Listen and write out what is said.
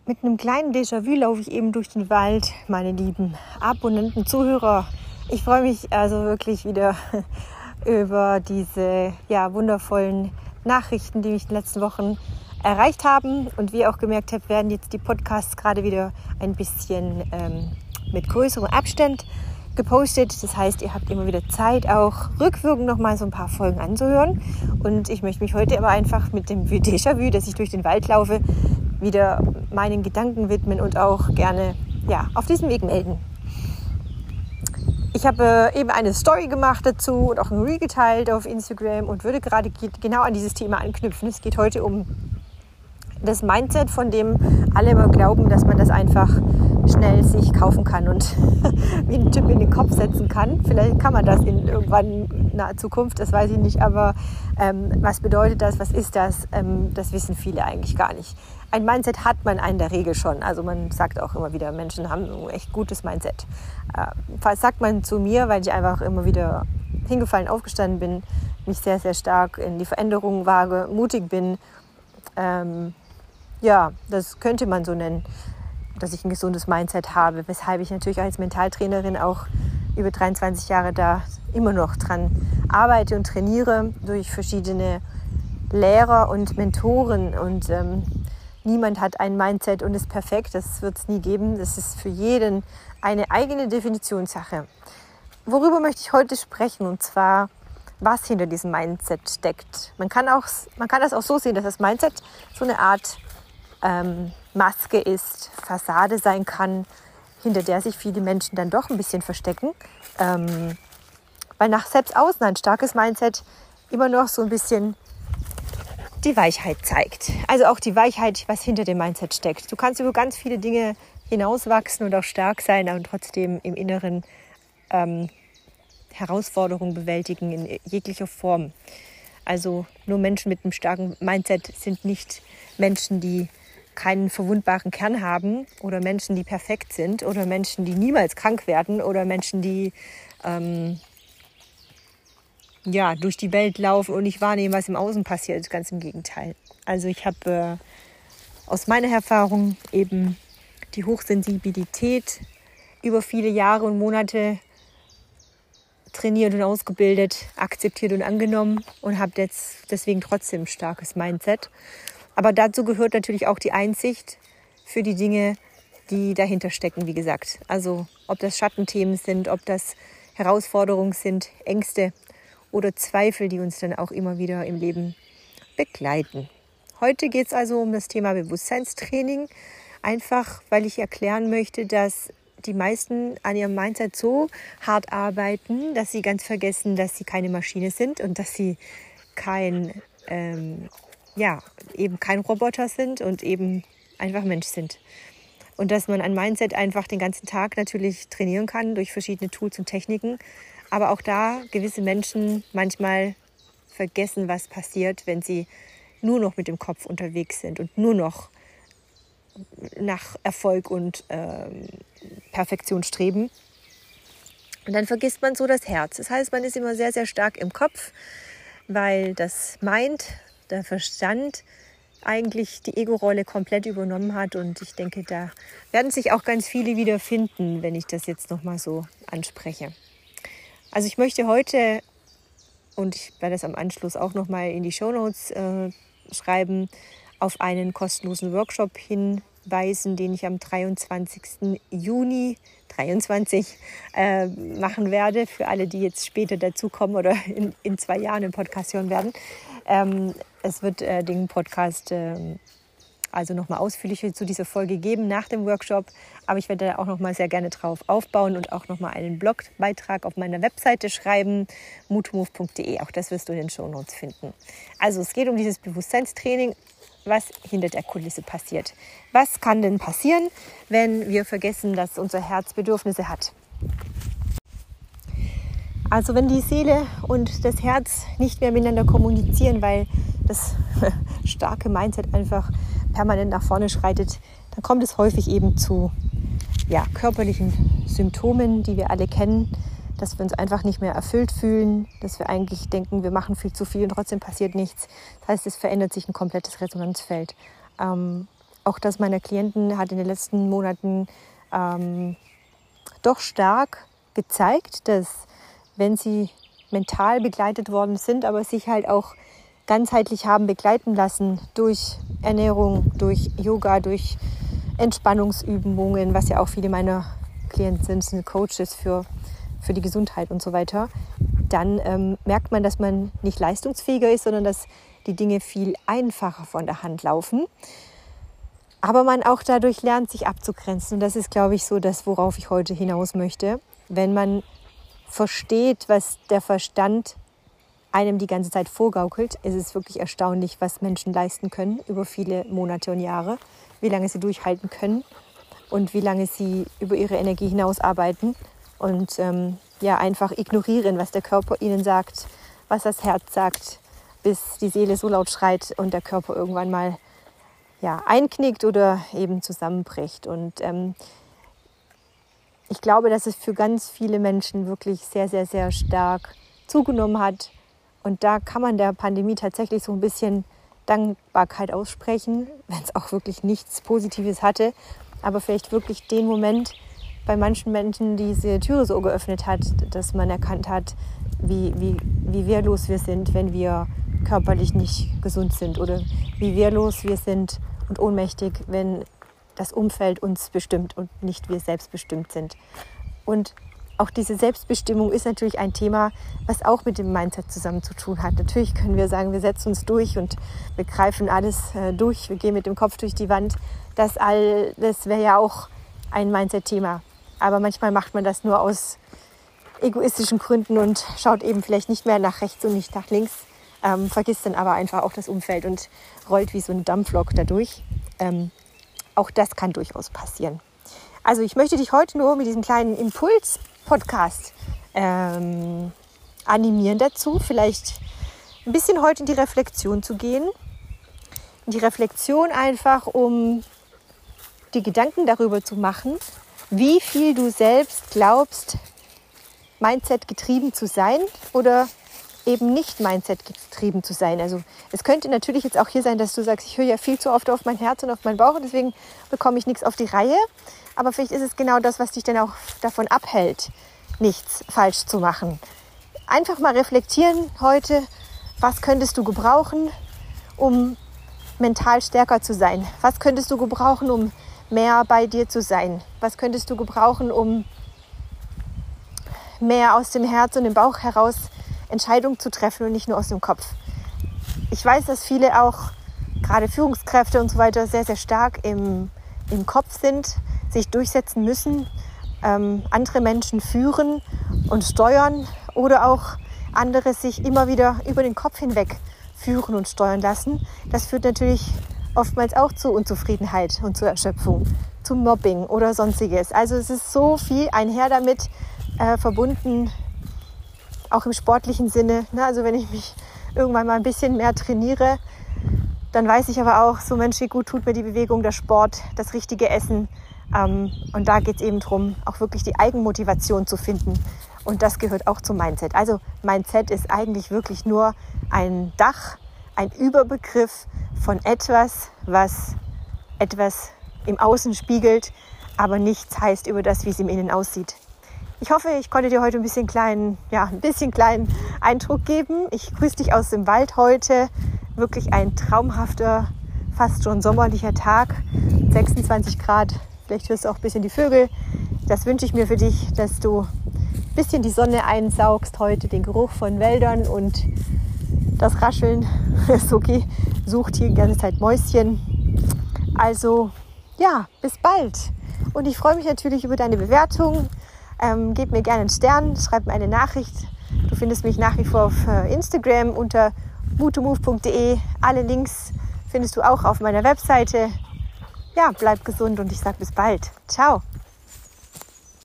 Mit einem kleinen Déjà-vu laufe ich eben durch den Wald, meine lieben Abonnenten, Zuhörer. Ich freue mich also wirklich wieder über diese wundervollen Nachrichten, die mich in den letzten Wochen erreicht haben. Und wie ihr auch gemerkt habt, werden jetzt die Podcasts gerade wieder ein bisschen mit größerem Abstand gepostet. Das heißt, ihr habt immer wieder Zeit, auch rückwirkend nochmal so ein paar Folgen anzuhören. Und ich möchte mich heute aber einfach mit dem Déjà-vu, dass ich durch den Wald laufe, wieder meinen Gedanken widmen und auch gerne auf diesem Weg melden. Ich habe eben eine Story gemacht dazu und auch ein Reel geteilt auf Instagram und würde gerade genau an dieses Thema anknüpfen. Es geht heute um das Mindset, von dem alle immer glauben, dass man das einfach schnell sich kaufen kann und wie ein Chip in den Kopf setzen kann. Vielleicht kann man das in irgendwann naher Zukunft, das weiß ich nicht, aber was bedeutet das, was ist das, das wissen viele eigentlich gar nicht. Ein Mindset hat man in der Regel schon, also man sagt auch immer wieder, Menschen haben ein echt gutes Mindset. Das sagt man zu mir, weil ich einfach immer wieder hingefallen, aufgestanden bin, mich sehr, sehr stark in die Veränderungen wage, mutig bin. Das könnte man so nennen, dass ich ein gesundes Mindset habe, weshalb ich natürlich als Mentaltrainerin auch über 23 Jahre da immer noch dran arbeite und trainiere durch verschiedene Lehrer und Mentoren und niemand hat ein Mindset und ist perfekt, das wird es nie geben, das ist für jeden eine eigene Definitionssache. Worüber möchte ich heute sprechen und zwar, was hinter diesem Mindset steckt. Man kann das auch so sehen, dass das Mindset so eine Art Maske ist, Fassade sein kann, hinter der sich viele Menschen dann doch ein bisschen verstecken. Weil nach selbst außen ein starkes Mindset immer noch so ein bisschen die Weichheit zeigt. Also auch die Weichheit, was hinter dem Mindset steckt. Du kannst über ganz viele Dinge hinauswachsen und auch stark sein und trotzdem im Inneren Herausforderungen bewältigen in jeglicher Form. Also nur Menschen mit einem starken Mindset sind nicht Menschen, die keinen verwundbaren Kern haben oder Menschen, die perfekt sind oder Menschen, die niemals krank werden oder Menschen, die durch die Welt laufen und nicht wahrnehmen, was im Außen passiert. Ganz im Gegenteil. Also ich habe aus meiner Erfahrung eben die Hochsensibilität über viele Jahre und Monate trainiert und ausgebildet, akzeptiert und angenommen und habe jetzt deswegen trotzdem ein starkes Mindset. Aber dazu gehört natürlich auch die Einsicht für die Dinge, die dahinter stecken, wie gesagt. Also ob das Schattenthemen sind, ob das Herausforderungen sind, Ängste oder Zweifel, die uns dann auch immer wieder im Leben begleiten. Heute geht es also um das Thema Bewusstseinstraining, einfach weil ich erklären möchte, dass die meisten an ihrem Mindset so hart arbeiten, dass sie ganz vergessen, dass sie keine Maschine sind und dass sie kein Roboter sind und eben einfach Mensch sind. Und dass man ein Mindset einfach den ganzen Tag natürlich trainieren kann durch verschiedene Tools und Techniken. Aber auch da gewisse Menschen manchmal vergessen, was passiert, wenn sie nur noch mit dem Kopf unterwegs sind und nur noch nach Erfolg und Perfektion streben. Und dann vergisst man so das Herz. Das heißt, man ist immer sehr, sehr stark im Kopf, weil das Mind, der Verstand, eigentlich die Ego-Rolle komplett übernommen hat. Und ich denke, da werden sich auch ganz viele wiederfinden, wenn ich das jetzt nochmal so anspreche. Also ich möchte heute, und ich werde das am Anschluss auch nochmal in die Shownotes schreiben, auf einen kostenlosen Workshop hinweisen, den ich am 23. Juni 2023 machen werde, für alle, die jetzt später dazukommen oder in 2 Jahren den Podcast hören werden. Es wird den Podcast also nochmal ausführlich zu dieser Folge geben nach dem Workshop, aber ich werde da auch nochmal sehr gerne drauf aufbauen und auch nochmal einen Blogbeitrag auf meiner Webseite schreiben, mutumove.de, auch das wirst du in den Shownotes finden. Also es geht um dieses Bewusstseinstraining, was hinter der Kulisse passiert. Was kann denn passieren, wenn wir vergessen, dass unser Herz Bedürfnisse hat? Also wenn die Seele und das Herz nicht mehr miteinander kommunizieren, weil das starke Mindset einfach permanent nach vorne schreitet, dann kommt es häufig eben zu körperlichen Symptomen, die wir alle kennen, dass wir uns einfach nicht mehr erfüllt fühlen, dass wir eigentlich denken, wir machen viel zu viel und trotzdem passiert nichts. Das heißt, es verändert sich ein komplettes Resonanzfeld. auch das meiner Klienten hat in den letzten Monaten doch stark gezeigt, dass wenn sie mental begleitet worden sind, aber sich halt auch ganzheitlich haben begleiten lassen durch Ernährung, durch Yoga, durch Entspannungsübungen, was ja auch viele meiner Klienten sind Coaches für die Gesundheit und so weiter, dann merkt man, dass man nicht leistungsfähiger ist, sondern dass die Dinge viel einfacher von der Hand laufen. Aber man auch dadurch lernt, sich abzugrenzen. Und das ist, glaube ich, so das, worauf ich heute hinaus möchte. Wenn man versteht, was der Verstand einem die ganze Zeit vorgaukelt, ist es wirklich erstaunlich, was Menschen leisten können über viele Monate und Jahre, wie lange sie durchhalten können und wie lange sie über ihre Energie hinaus arbeiten und einfach ignorieren, was der Körper ihnen sagt, was das Herz sagt, bis die Seele so laut schreit und der Körper irgendwann mal einknickt oder eben zusammenbricht. Und ich glaube, dass es für ganz viele Menschen wirklich sehr, sehr, sehr stark zugenommen hat. Und da kann man der Pandemie tatsächlich so ein bisschen Dankbarkeit aussprechen, wenn es auch wirklich nichts Positives hatte. Aber vielleicht wirklich den Moment bei manchen Menschen diese Türe so geöffnet hat, dass man erkannt hat, wie wehrlos wir sind, wenn wir körperlich nicht gesund sind. Oder wie wehrlos wir sind und ohnmächtig, wenn das Umfeld uns bestimmt und nicht wir selbstbestimmt sind. Und auch diese Selbstbestimmung ist natürlich ein Thema, was auch mit dem Mindset zusammen zu tun hat. Natürlich können wir sagen, wir setzen uns durch und wir greifen alles durch, wir gehen mit dem Kopf durch die Wand. Das wäre ja auch ein Mindset-Thema. Aber manchmal macht man das nur aus egoistischen Gründen und schaut eben vielleicht nicht mehr nach rechts und nicht nach links, vergisst dann aber einfach auch das Umfeld und rollt wie so ein Dampflok dadurch. Auch das kann durchaus passieren. Also ich möchte dich heute nur mit diesem kleinen Impuls-Podcast animieren dazu, vielleicht ein bisschen heute in die Reflexion zu gehen. In die Reflexion einfach, um die Gedanken darüber zu machen, wie viel du selbst glaubst, Mindset getrieben zu sein oder eben nicht Mindset getrieben zu sein. Also es könnte natürlich jetzt auch hier sein, dass du sagst, ich höre ja viel zu oft auf mein Herz und auf meinen Bauch und deswegen bekomme ich nichts auf die Reihe. Aber vielleicht ist es genau das, was dich dann auch davon abhält, nichts falsch zu machen. Einfach mal reflektieren heute, was könntest du gebrauchen, um mental stärker zu sein? Was könntest du gebrauchen, um mehr bei dir zu sein? Was könntest du gebrauchen, um mehr aus dem Herz und dem Bauch heraus Entscheidungen zu treffen und nicht nur aus dem Kopf? Ich weiß, dass viele auch, gerade Führungskräfte und so weiter, sehr, sehr stark im Kopf sind, sich durchsetzen müssen, andere Menschen führen und steuern oder auch andere sich immer wieder über den Kopf hinweg führen und steuern lassen. Das führt natürlich oftmals auch zu Unzufriedenheit und zur Erschöpfung, zu Mobbing oder sonstiges. Also es ist so viel einher damit verbunden, auch im sportlichen Sinne. Also wenn ich mich irgendwann mal ein bisschen mehr trainiere, dann weiß ich aber auch, so Mensch, wie gut tut mir die Bewegung, der Sport, das richtige Essen. Und da geht es eben darum, auch wirklich die Eigenmotivation zu finden. Und das gehört auch zum Mindset. Also Mindset ist eigentlich wirklich nur ein Dach, ein Überbegriff von etwas, was etwas im Außen spiegelt, aber nichts heißt über das, wie es im Innen aussieht. Ich hoffe, ich konnte dir heute ein bisschen kleinen Eindruck geben. Ich grüße dich aus dem Wald heute. Wirklich ein traumhafter, fast schon sommerlicher Tag. 26 Grad, vielleicht hörst du auch ein bisschen die Vögel. Das wünsche ich mir für dich, dass du ein bisschen die Sonne einsaugst heute, den Geruch von Wäldern und das Rascheln. Soki sucht hier die ganze Zeit Mäuschen. Also ja, bis bald. Und ich freue mich natürlich über deine Bewertung. Gib mir gerne einen Stern, schreib mir eine Nachricht. Du findest mich nach wie vor auf Instagram unter mutomove.de. Alle Links findest du auch auf meiner Webseite. Ja, bleib gesund und ich sage bis bald. Ciao.